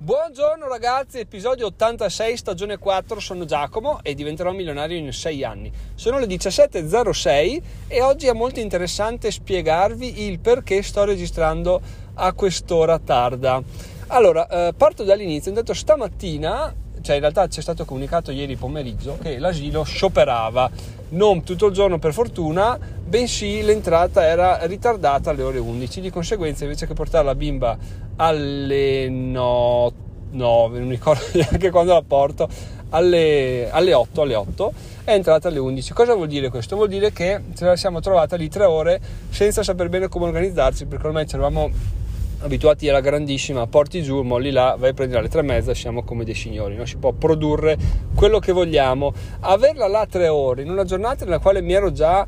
Buongiorno ragazzi, episodio 86, stagione 4, sono Giacomo e diventerò milionario in 6 anni. Sono le 17.06 e oggi è molto interessante spiegarvi il perché sto registrando a quest'ora tarda. Allora, parto dall'inizio. Intanto stamattina, cioè in realtà c'è stato comunicato ieri pomeriggio che l'asilo scioperava, non tutto il giorno per fortuna, bensì l'entrata era ritardata alle ore 11, di conseguenza invece che portare la bimba alle 9, non mi ricordo neanche quando la porto, alle 8 è entrata alle 11. Cosa vuol dire questo? Vuol dire che ce la siamo trovata lì 3 ore senza saper bene come organizzarci, perché ormai ci eravamo abituati alla grandissima, porti giù, molli là, vai a prendere alle 3:30, siamo come dei signori, non si può produrre quello che vogliamo. Averla là 3 ore in una giornata nella quale mi ero già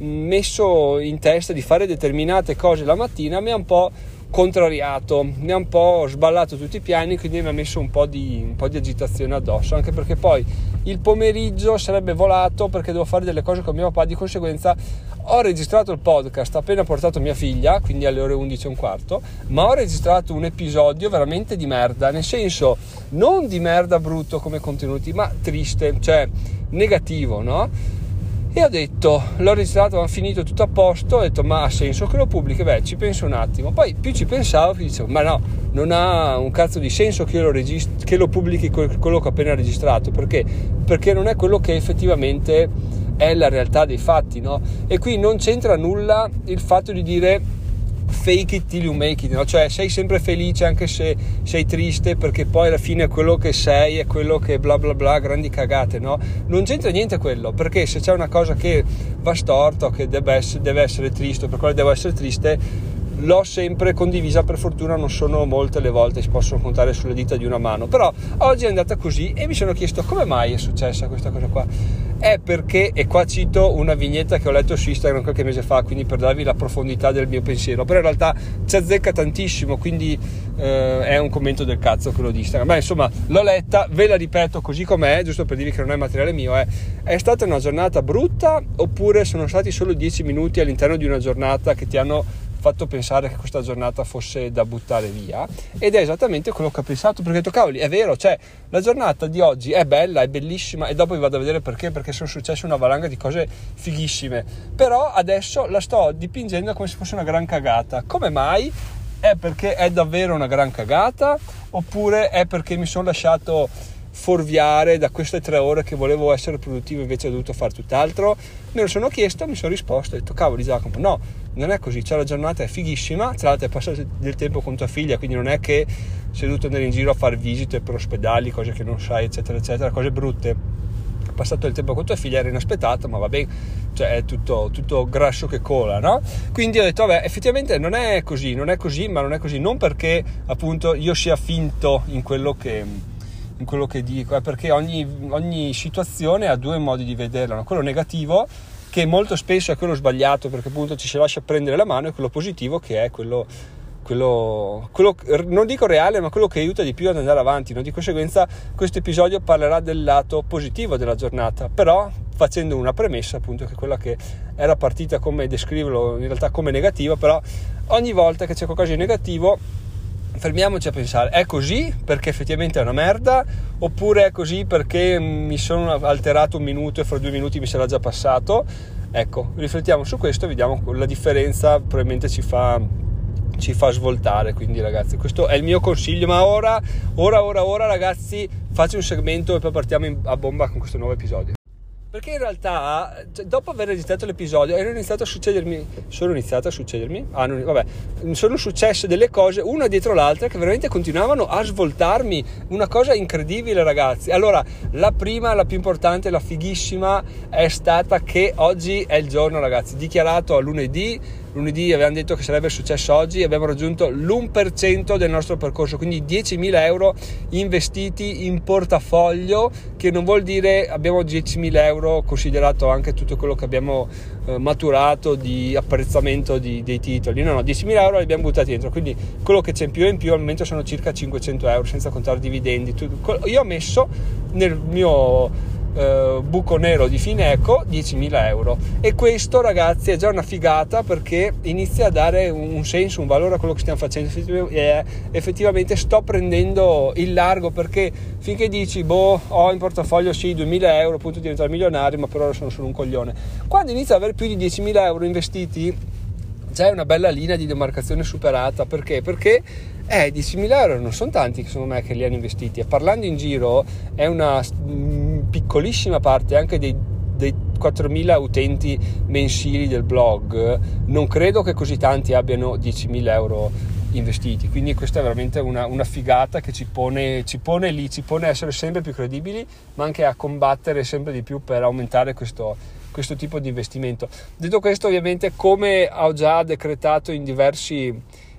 messo in testa di fare determinate cose la mattina mi ha un po' contrariato, mi ha un po' sballato tutti i piani, quindi mi ha messo un po' di agitazione addosso, anche perché poi il pomeriggio sarebbe volato perché devo fare delle cose con mio papà. Di conseguenza ho registrato il podcast appena portato mia figlia, quindi alle ore 11:15, ma ho registrato un episodio veramente di merda, nel senso non di merda brutto come contenuti, ma triste, cioè negativo, no? E ho detto, l'ho registrato, ho finito tutto a posto, ho detto ma ha senso che lo pubblichi? Beh, ci penso un attimo. Poi più ci pensavo, più dicevo ma no, non ha un cazzo di senso che io che lo pubblichi quello che ho appena registrato. Perché? Perché non è quello che effettivamente è la realtà dei fatti, no? E qui non c'entra nulla il fatto di dire fake it till you make it, no? Cioè sei sempre felice anche se sei triste, perché poi alla fine quello che sei è quello che bla bla bla, grandi cagate, no? Non c'entra niente quello, perché se c'è una cosa che va storta, che deve essere triste, per quello devo essere triste, l'ho sempre condivisa. Per fortuna non sono molte le volte, si possono contare sulle dita di una mano, però oggi è andata così e mi sono chiesto come mai è successa questa cosa qua. È perché, e qua cito una vignetta che ho letto su Instagram qualche mese fa, quindi per darvi la profondità del mio pensiero, però in realtà ci azzecca tantissimo, quindi è un commento del cazzo quello di Instagram, ma insomma l'ho letta, ve la ripeto così com'è, giusto per dirvi che non è materiale mio. È stata una giornata brutta oppure sono stati solo 10 minuti all'interno di una giornata che ti hanno fatto pensare che questa giornata fosse da buttare via? Ed è esattamente quello che ho pensato, perché ho detto cavoli, è vero, cioè la giornata di oggi è bella, è bellissima, e dopo vi vado a vedere perché sono successe una valanga di cose fighissime, però adesso la sto dipingendo come se fosse una gran cagata. Come mai? È perché è davvero una gran cagata oppure è perché mi sono lasciato fuorviare da queste 3 ore che volevo essere produttivo, invece ho dovuto fare tutt'altro? Me lo sono chiesto, mi sono risposto, ho detto cavoli Giacomo, no, non è così, cioè la giornata è fighissima, tra l'altro hai passato del tempo con tua figlia, quindi non è che sei dovuto andare in giro a fare visite per ospedali, cose che non sai, eccetera eccetera, cose brutte. Hai passato del tempo con tua figlia, era inaspettato, ma va bene, cioè è tutto grasso che cola, no? Quindi ho detto vabbè, effettivamente non è così, ma non è così, non perché appunto io sia finto in quello che dico, è perché ogni situazione ha 2 modi di vederla, no? Quello negativo, che molto spesso è quello sbagliato perché appunto ci si lascia prendere la mano, e quello positivo che è quello non dico reale, ma quello che aiuta di più ad andare avanti, no? Di conseguenza questo episodio parlerà del lato positivo della giornata, però facendo una premessa appunto che quella che era partita come descriverlo in realtà come negativa, però ogni volta che c'è qualcosa di negativo fermiamoci a pensare, è così perché effettivamente è una merda, oppure è così perché mi sono alterato un minuto e fra 2 minuti mi sarà già passato? Ecco, riflettiamo su questo e vediamo la differenza, probabilmente ci fa svoltare. Quindi ragazzi, questo è il mio consiglio, ma ora ragazzi faccio un segmento e poi partiamo a bomba con questo nuovo episodio. Perché in realtà, dopo aver registrato l'episodio, sono successe delle cose una dietro l'altra che veramente continuavano a svoltarmi, una cosa incredibile ragazzi. Allora, la prima, la più importante, la fighissima è stata che oggi è il giorno ragazzi, dichiarato a lunedì avevamo detto che sarebbe successo oggi, abbiamo raggiunto l'1% del nostro percorso, quindi 10.000 euro investiti in portafoglio, che non vuol dire abbiamo 10.000 euro considerato anche tutto quello che abbiamo maturato di apprezzamento dei titoli, no, 10.000 euro li abbiamo buttati dentro, quindi quello che c'è in più al momento sono circa 500 euro senza contare dividendi. Io ho messo nel mio buco nero di Fineco, 10.000 euro. E questo, ragazzi, è già una figata, perché inizia a dare un senso, un valore a quello che stiamo facendo. Effettivamente sto prendendo il largo, perché finché dici ho in portafoglio sì 2.000 euro, appunto diventare milionario, ma per ora sono solo un coglione. Quando inizia ad avere più di 10.000 euro investiti, già è una bella linea di demarcazione superata. Perché? 10.000 euro non sono tanti, secondo me, che li hanno investiti, e parlando in giro è una piccolissima parte anche dei 4.000 utenti mensili del blog. Non credo che così tanti abbiano 10.000 euro investiti, quindi questa è veramente una figata che ci pone lì, ci pone a essere sempre più credibili, ma anche a combattere sempre di più per aumentare questo tipo di investimento. Detto questo, ovviamente, come ho già decretato in diversi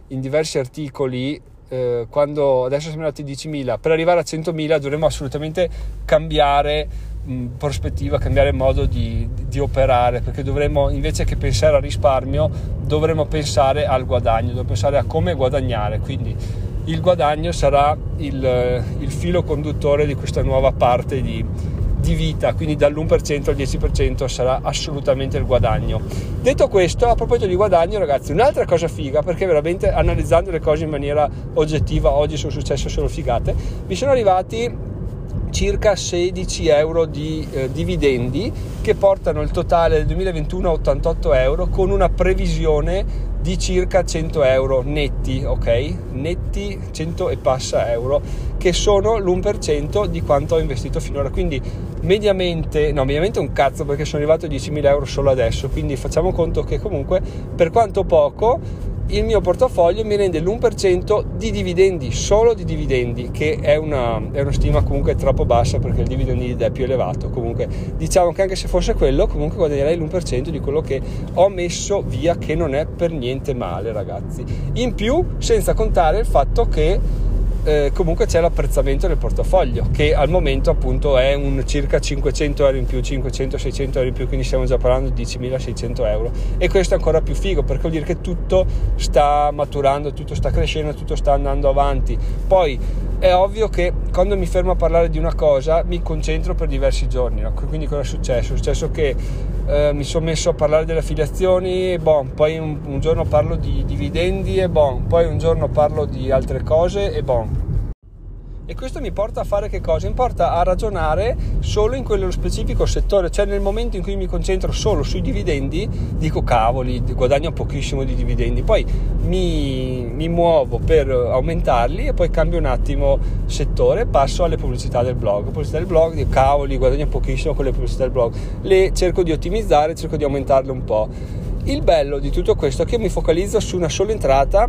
articoli, quando adesso siamo arrivati a 10.000, per arrivare a 100.000 dovremo assolutamente cambiare prospettiva, cambiare modo di operare, perché dovremmo, invece che pensare al risparmio, dovremmo pensare al guadagno, dovremmo pensare a come guadagnare. Quindi il guadagno sarà il filo conduttore di questa nuova parte di vita, quindi dall'1% al 10% sarà assolutamente il guadagno. Detto questo, a proposito di guadagno, ragazzi, un'altra cosa figa, perché veramente analizzando le cose in maniera oggettiva, oggi sono successe solo figate, mi sono arrivati circa 16 euro di dividendi, che portano il totale del 2021 a 88 euro, con una previsione di circa 100 euro netti, ok? Netti 100 e passa euro, che sono l'1% di quanto ho investito finora. Quindi mediamente un cazzo, perché sono arrivato a 10.000 euro solo adesso, quindi facciamo conto che comunque, per quanto poco, il mio portafoglio mi rende l'1% di dividendi, solo di dividendi, che è una stima comunque troppo bassa, perché il dividend yield è più elevato. Comunque diciamo che anche se fosse quello, comunque guadagnerei l'1% di quello che ho messo via, che non è per niente male, ragazzi. In più, senza contare il fatto che comunque c'è l'apprezzamento del portafoglio, che al momento appunto è un circa 500 euro in più, 500-600 euro in più, quindi stiamo già parlando di 10.600 euro, e questo è ancora più figo, perché vuol dire che tutto sta maturando, tutto sta crescendo, tutto sta andando avanti. Poi è ovvio che quando mi fermo a parlare di una cosa mi concentro per diversi giorni, no? Quindi cosa è successo? È successo che mi sono messo a parlare delle affiliazioni, e poi un giorno parlo di dividendi, e poi un giorno parlo di altre cose, e questo mi porta a fare che cosa? Mi porta a ragionare solo in quello specifico settore. Cioè, nel momento in cui mi concentro solo sui dividendi, dico cavoli, guadagno pochissimo di dividendi, poi mi muovo per aumentarli, e poi cambio un attimo settore, passo alle pubblicità del blog, dico cavoli, guadagno pochissimo con le pubblicità del blog, le cerco di ottimizzare, cerco di aumentarle un po'. Il bello di tutto questo è che io mi focalizzo su una sola entrata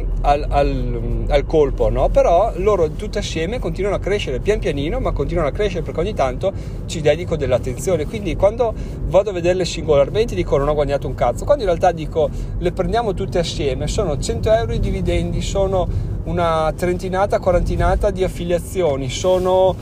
al colpo, no? Però loro tutte assieme continuano a crescere pian pianino, ma continuano a crescere, perché ogni tanto ci dedico dell'attenzione. Quindi quando vado a vederle singolarmente dico non ho guadagnato un cazzo, quando in realtà dico le prendiamo tutte assieme, sono 100 euro di dividendi, sono una trentinata, quarantinata di affiliazioni, sono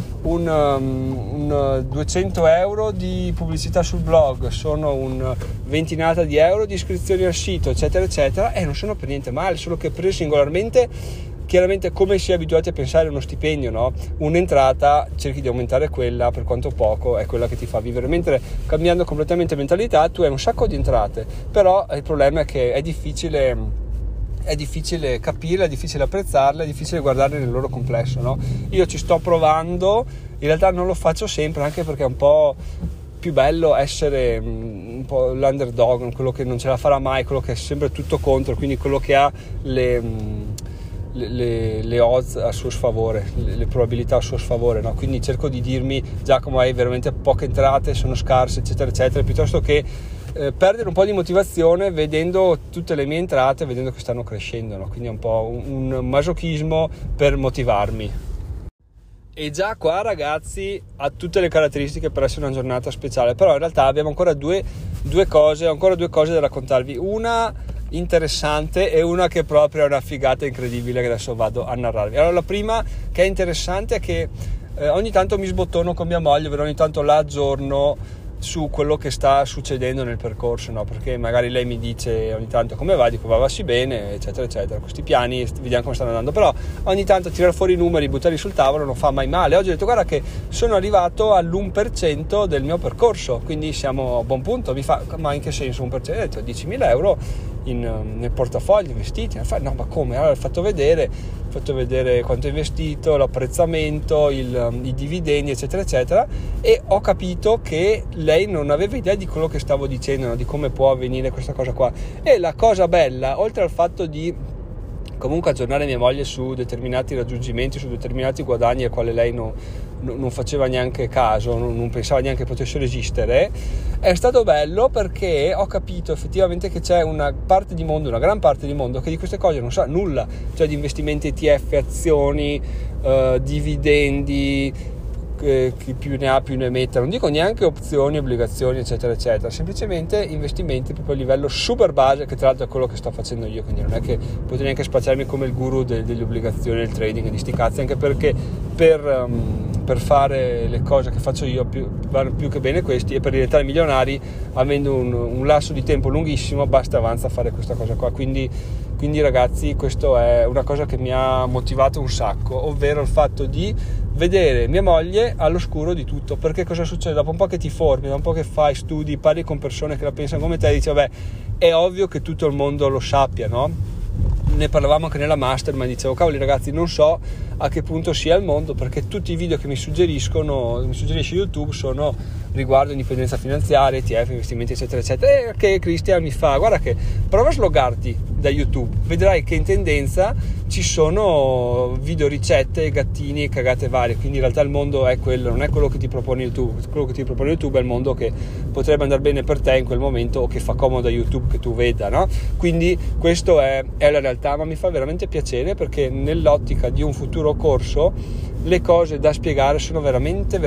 un 200 euro di pubblicità sul blog, sono un ventinata di euro di iscrizioni al sito, eccetera eccetera, e non sono per niente male, solo che preso singolarmente, chiaramente, come si è abituati a pensare a uno stipendio, no? Un'entrata cerchi di aumentare quella, per quanto poco è quella che ti fa vivere, mentre cambiando completamente mentalità tu hai un sacco di entrate, però il problema è che è difficile capirle, è difficile apprezzarle, è difficile guardarle nel loro complesso, no? Io ci sto provando, in realtà non lo faccio sempre, anche perché è un po' più bello essere un po' l'underdog, quello che non ce la farà mai, quello che è sempre tutto contro, quindi quello che ha le odds a suo sfavore, le probabilità a suo sfavore, no? Quindi cerco di dirmi Giacomo, hai veramente poche entrate, sono scarse, eccetera eccetera, piuttosto che perdere un po' di motivazione vedendo tutte le mie entrate, vedendo che stanno crescendo, no? Quindi è un po' un masochismo per motivarmi. E già qua, ragazzi, ha tutte le caratteristiche per essere una giornata speciale, però in realtà abbiamo ancora due cose da raccontarvi, una interessante e una che proprio è una figata incredibile, che adesso vado a narrarvi. Allora, la prima, che è interessante, è che ogni tanto mi sbottono con mia moglie, ogni tanto la aggiorno su quello che sta succedendo nel percorso, no? Perché magari lei mi dice ogni tanto come va, dico va sì bene, eccetera eccetera, questi piani vediamo come stanno andando, però ogni tanto tirare fuori i numeri, buttarli sul tavolo non fa mai male. Oggi ho detto guarda che sono arrivato all'1% del mio percorso, quindi siamo a buon punto. Mi fa, ma in che senso 1%? Ho detto 10.000 euro nel portafoglio investiti. No, ma come? Allora ho fatto vedere quanto ho investito, l'apprezzamento, i dividendi, eccetera eccetera, e ho capito che lei non aveva idea di quello che stavo dicendo, no? Di come può avvenire questa cosa qua. E la cosa bella, oltre al fatto di comunque aggiornare mia moglie su determinati raggiungimenti, su determinati guadagni ai quali lei non faceva neanche caso, non pensava neanche potessero esistere, è stato bello perché ho capito effettivamente che c'è una gran parte di mondo che di queste cose non sa nulla, cioè di investimenti ETF, azioni, dividendi, chi più ne ha più ne metta, non dico neanche opzioni, obbligazioni eccetera eccetera, semplicemente investimenti proprio a livello super base, che tra l'altro è quello che sto facendo io, quindi non è che potrei neanche spacciarmi come il guru delle obbligazioni, del trading e di sti cazzi, anche perché per fare le cose che faccio io vanno più che bene questi, e per diventare milionari avendo un lasso di tempo lunghissimo basta avanza a fare questa cosa qua. Quindi ragazzi, questo è una cosa che mi ha motivato un sacco, ovvero il fatto di vedere mia moglie all'oscuro di tutto. Perché cosa succede? Dopo un po' che ti formi, dopo un po' che fai studi, parli con persone che la pensano come te, dici vabbè, è ovvio che tutto il mondo lo sappia, no? Ne parlavamo anche nella mastermind, dicevo cavoli ragazzi, non so a che punto sia il mondo, perché tutti i video che mi suggerisce YouTube sono riguardo indipendenza finanziaria, ETF, investimenti eccetera eccetera, e che Christian mi fa guarda che prova a sloggarti da YouTube, vedrai che in tendenza ci sono video ricette, gattini e cagate varie, quindi in realtà il mondo è quello, non è quello che ti propone YouTube. Quello che ti propone YouTube è il mondo che potrebbe andare bene per te in quel momento, o che fa comodo a YouTube che tu veda, no? Quindi questo è la realtà, ma mi fa veramente piacere perché nell'ottica di un futuro corso le cose da spiegare sono veramente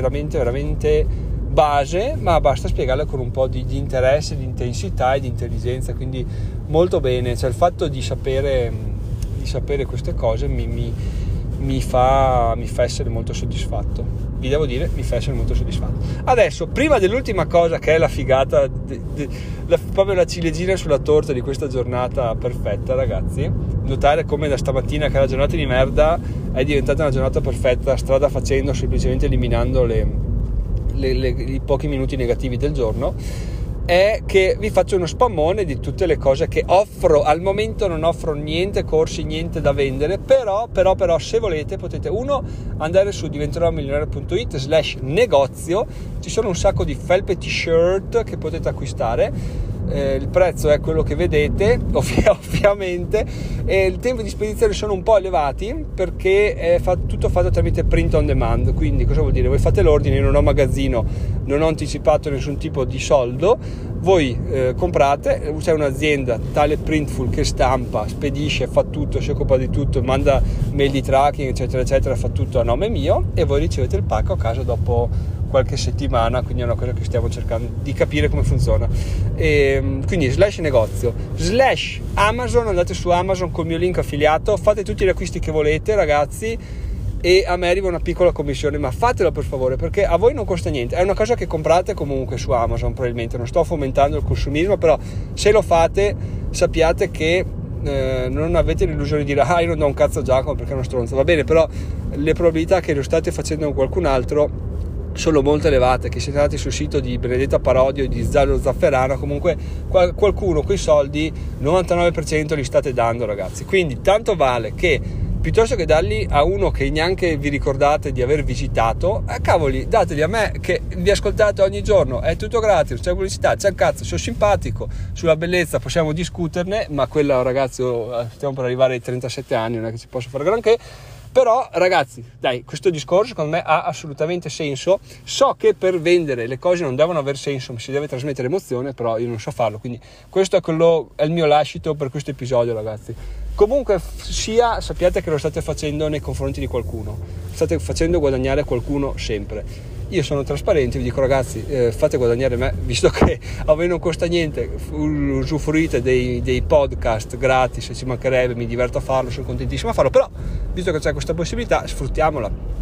base, ma basta spiegarle con un po' di interesse, di intensità e di intelligenza, quindi molto bene. Cioè il fatto di sapere queste cose mi fa essere molto soddisfatto, vi devo dire, mi fa essere molto soddisfatto. Adesso, prima dell'ultima cosa che è la figata, proprio la ciliegina sulla torta di questa giornata perfetta, ragazzi, notare come da stamattina che la giornata di merda è diventata una giornata perfetta strada facendo, semplicemente eliminando i pochi minuti negativi del giorno, è che vi faccio uno spammone di tutte le cose che offro. Al momento non offro niente corsi, niente da vendere, però se volete potete andare su diventeromilionario.it/negozio, ci sono un sacco di felpe t-shirt che potete acquistare. Il prezzo è quello che vedete ovviamente, e il tempo di spedizione sono un po' elevati perché è tutto fatto tramite print on demand. Quindi cosa vuol dire? Voi fate l'ordine, io non ho magazzino, non ho anticipato nessun tipo di soldo, voi comprate, c'è un'azienda tale Printful che stampa, spedisce, fa tutto, si occupa di tutto, manda mail di tracking eccetera eccetera, fa tutto a nome mio e voi ricevete il pacco a casa dopo qualche settimana. Quindi è una cosa che stiamo cercando di capire come funziona. E quindi /negozio /Amazon, andate su Amazon col mio link affiliato, fate tutti gli acquisti che volete ragazzi, e a me arriva una piccola commissione, ma fatelo per favore perché a voi non costa niente, è una cosa che comprate comunque su Amazon. Probabilmente non sto fomentando il consumismo, però se lo fate sappiate che non avete l'illusione di dire io non do un cazzo a Giacomo perché è uno stronzo, va bene, però le probabilità che lo state facendo con qualcun altro sono molto elevate, che siete andati sul sito di Benedetta Parodio, di Zallo Zafferano, comunque qualcuno quei soldi 99% li state dando ragazzi. Quindi tanto vale che piuttosto che darli a uno che neanche vi ricordate di aver visitato, cavoli, dateli a me che vi ascoltate ogni giorno, è tutto gratis, c'è pubblicità, c'è un cazzo, sono simpatico, sulla bellezza possiamo discuterne, ma quella ragazzi, stiamo per arrivare ai 37 anni, non è che ci posso fare granché. Però ragazzi, dai, questo discorso secondo me ha assolutamente senso. So che per vendere le cose non devono aver senso, ma si deve trasmettere emozione, però io non so farlo, quindi questo è il mio lascito per questo episodio ragazzi. Comunque sia, sappiate che lo state facendo nei confronti di qualcuno, state facendo guadagnare qualcuno sempre. Io sono trasparente, vi dico ragazzi, fate guadagnare me, visto che a voi non costa niente, usufruite dei podcast gratis, se ci mancherebbe, mi diverto a farlo, sono contentissimo a farlo, però visto che c'è questa possibilità sfruttiamola.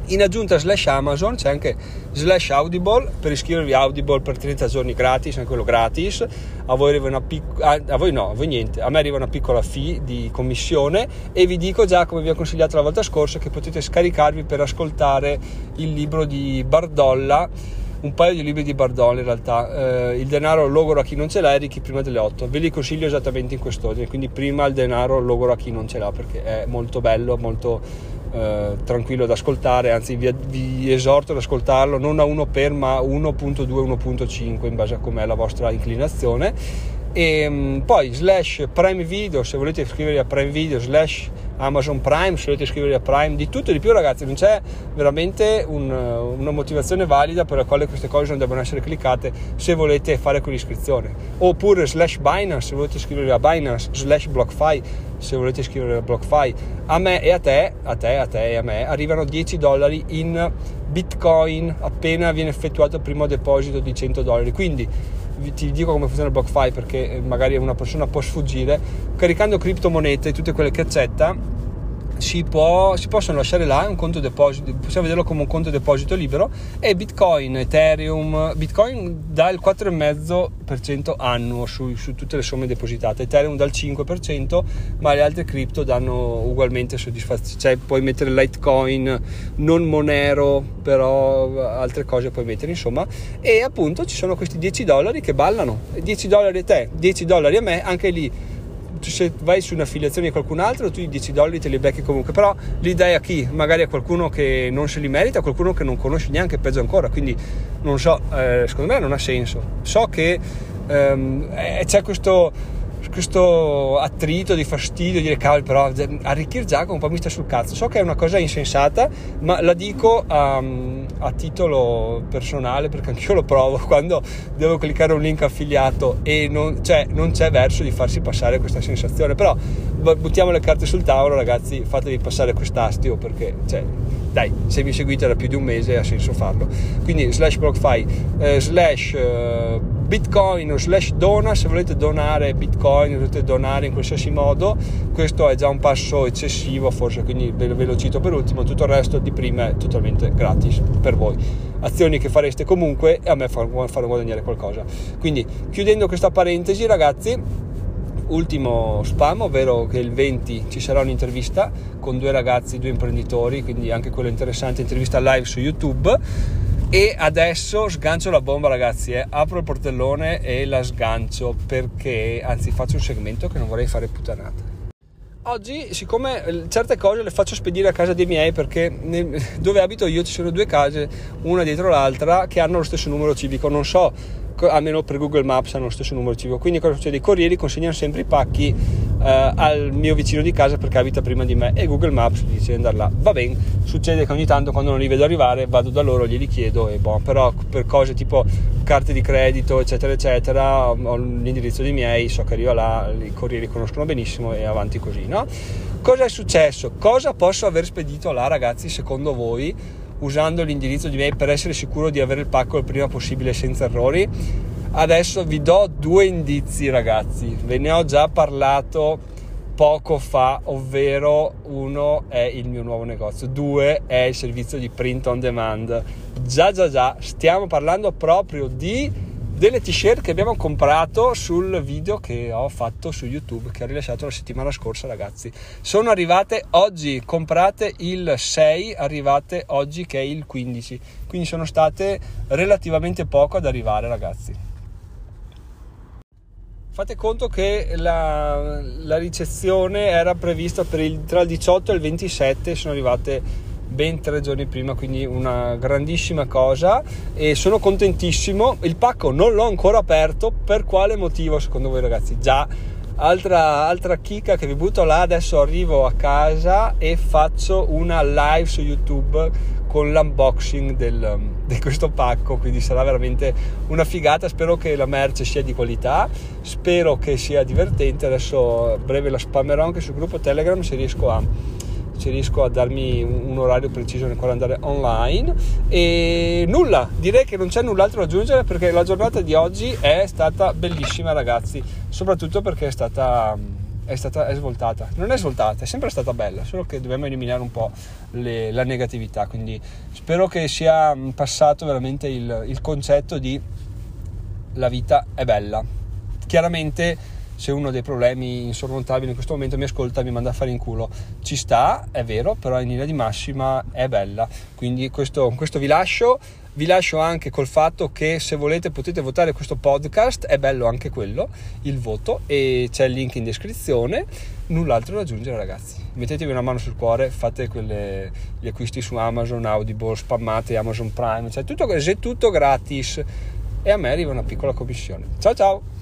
In aggiunta a /Amazon c'è anche /Audible per iscrivervi a Audible per 30 giorni gratis, anche quello gratis. A voi arriva a voi niente, a me arriva una piccola fee di commissione, e vi dico già, come vi ho consigliato la volta scorsa, che potete scaricarvi per ascoltare il libro di Bardolla, un paio di libri di Bardolla in realtà, il denaro logoro a chi non ce l'ha e ricchi prima delle 8. Ve li consiglio esattamente in quest'ordine, quindi prima il denaro logoro a chi non ce l'ha, perché è molto bello, molto tranquillo da ascoltare, anzi vi esorto ad ascoltarlo non a 1 per ma 1.2, 1.5 in base a com'è la vostra inclinazione. E poi /Prime Video se volete iscrivervi a Prime Video, /Amazon Prime se volete iscrivervi a Prime, di tutto e di più ragazzi. Non c'è veramente una motivazione valida per la quale queste cose non devono essere cliccate se volete fare quell'iscrizione. Oppure /Binance se volete iscrivervi a Binance, /BlockFi se volete iscrivervi a BlockFi. A me e a te e a me arrivano $10 in Bitcoin appena viene effettuato il primo deposito di $100. Quindi ti dico come funziona il BlockFi, perché magari una persona può sfuggire. Caricando criptomonete, tutte quelle che accetta, si possono lasciare là un conto deposito, possiamo vederlo come un conto deposito libero, e Bitcoin dà il 4,5% annuo su tutte le somme depositate, Ethereum dà il 5%, ma le altre cripto danno ugualmente soddisfazione. Cioè puoi mettere Litecoin, non Monero, però altre cose puoi mettere, insomma. E appunto ci sono questi $10 che ballano, $10 a te, $10 a me, anche lì se vai su un'affiliazione di qualcun altro tu i $10 te li becchi comunque, però li dai a chi? Magari a qualcuno che non se li merita, a qualcuno che non conosci neanche, peggio ancora. Quindi non so, secondo me non ha senso. So che c'è questo attrito di fastidio, di dire cavolo, però arricchire Giacomo un po' mi sta sul cazzo. So che è una cosa insensata, ma la dico a titolo personale, perché anch'io lo provo quando devo cliccare un link affiliato e non c'è verso di farsi passare questa sensazione. Però buttiamo le carte sul tavolo ragazzi, fatevi passare quest'astio, perché dai, se mi seguite da più di un mese ha senso farlo. Quindi /BlockFi, Bitcoin o /Dona se volete donare Bitcoin, volete donare in qualsiasi modo. Questo è già un passo eccessivo forse, quindi ve lo cito per ultimo. Tutto il resto di prima è totalmente gratis per voi, azioni che fareste comunque e a me fanno guadagnare qualcosa. Quindi chiudendo questa parentesi ragazzi, ultimo spam, ovvero che il 20 ci sarà un'intervista con 2 ragazzi, 2 imprenditori, quindi anche quello interessante, intervista live su YouTube. E adesso sgancio la bomba ragazzi, apro il portellone e la sgancio, perché anzi faccio un segmento che non vorrei fare puttanate. Oggi, siccome certe cose le faccio spedire a casa dei miei, perché dove abito io ci sono 2 case una dietro l'altra che hanno lo stesso numero civico, non so, almeno per Google Maps hanno lo stesso numero civico, quindi cosa succede? I corrieri consegnano sempre i pacchi al mio vicino di casa perché abita prima di me, e Google Maps dice di andare là. Va bene, succede che ogni tanto quando non li vedo arrivare vado da loro, glieli chiedo e però per cose tipo carte di credito eccetera eccetera ho l'indirizzo dei miei, so che arriva là, i corrieri conoscono benissimo e avanti così, no? Cosa è successo? Cosa posso aver spedito là ragazzi secondo voi, usando l'indirizzo di miei, per essere sicuro di avere il pacco il prima possibile senza errori? Adesso vi do 2 indizi ragazzi, ve ne ho già parlato poco fa, ovvero 1 è il mio nuovo negozio, 2 è il servizio di print on demand. Già, stiamo parlando proprio delle t-shirt che abbiamo comprato sul video che ho fatto su YouTube, che ho rilasciato la settimana scorsa ragazzi. Sono arrivate oggi, comprate il 6, arrivate oggi che è il 15, quindi sono state relativamente poco ad arrivare ragazzi. Fate conto che la ricezione era prevista tra il 18 e il 27, sono arrivate ben 3 giorni prima, quindi una grandissima cosa e sono contentissimo. Il pacco non l'ho ancora aperto, per quale motivo secondo voi ragazzi? Già, altra chicca che vi butto là, adesso arrivo a casa e faccio una live su YouTube con l'unboxing di questo pacco, quindi sarà veramente una figata. Spero che la merce sia di qualità, spero che sia divertente. Adesso a breve la spammerò anche sul gruppo Telegram se riesco a darmi un orario preciso nel quale andare online. E nulla, direi che non c'è null'altro da aggiungere, perché la giornata di oggi è stata bellissima ragazzi, soprattutto perché è stata è svoltata. Non è svoltata, è sempre stata bella, solo che dobbiamo eliminare un po' la negatività. Quindi spero che sia passato veramente il concetto di la vita è bella. Chiaramente, se uno ha dei problemi insormontabili in questo momento mi ascolta, mi manda a fare in culo, ci sta, è vero, però in linea di massima è bella. Quindi questo vi lascio anche col fatto che se volete potete votare questo podcast, è bello anche quello, il voto, e c'è il link in descrizione. Null'altro da aggiungere, ragazzi, mettetevi una mano sul cuore, fate gli acquisti su Amazon, Audible, spammate Amazon Prime, cioè tutto gratis, e a me arriva una piccola commissione. Ciao ciao.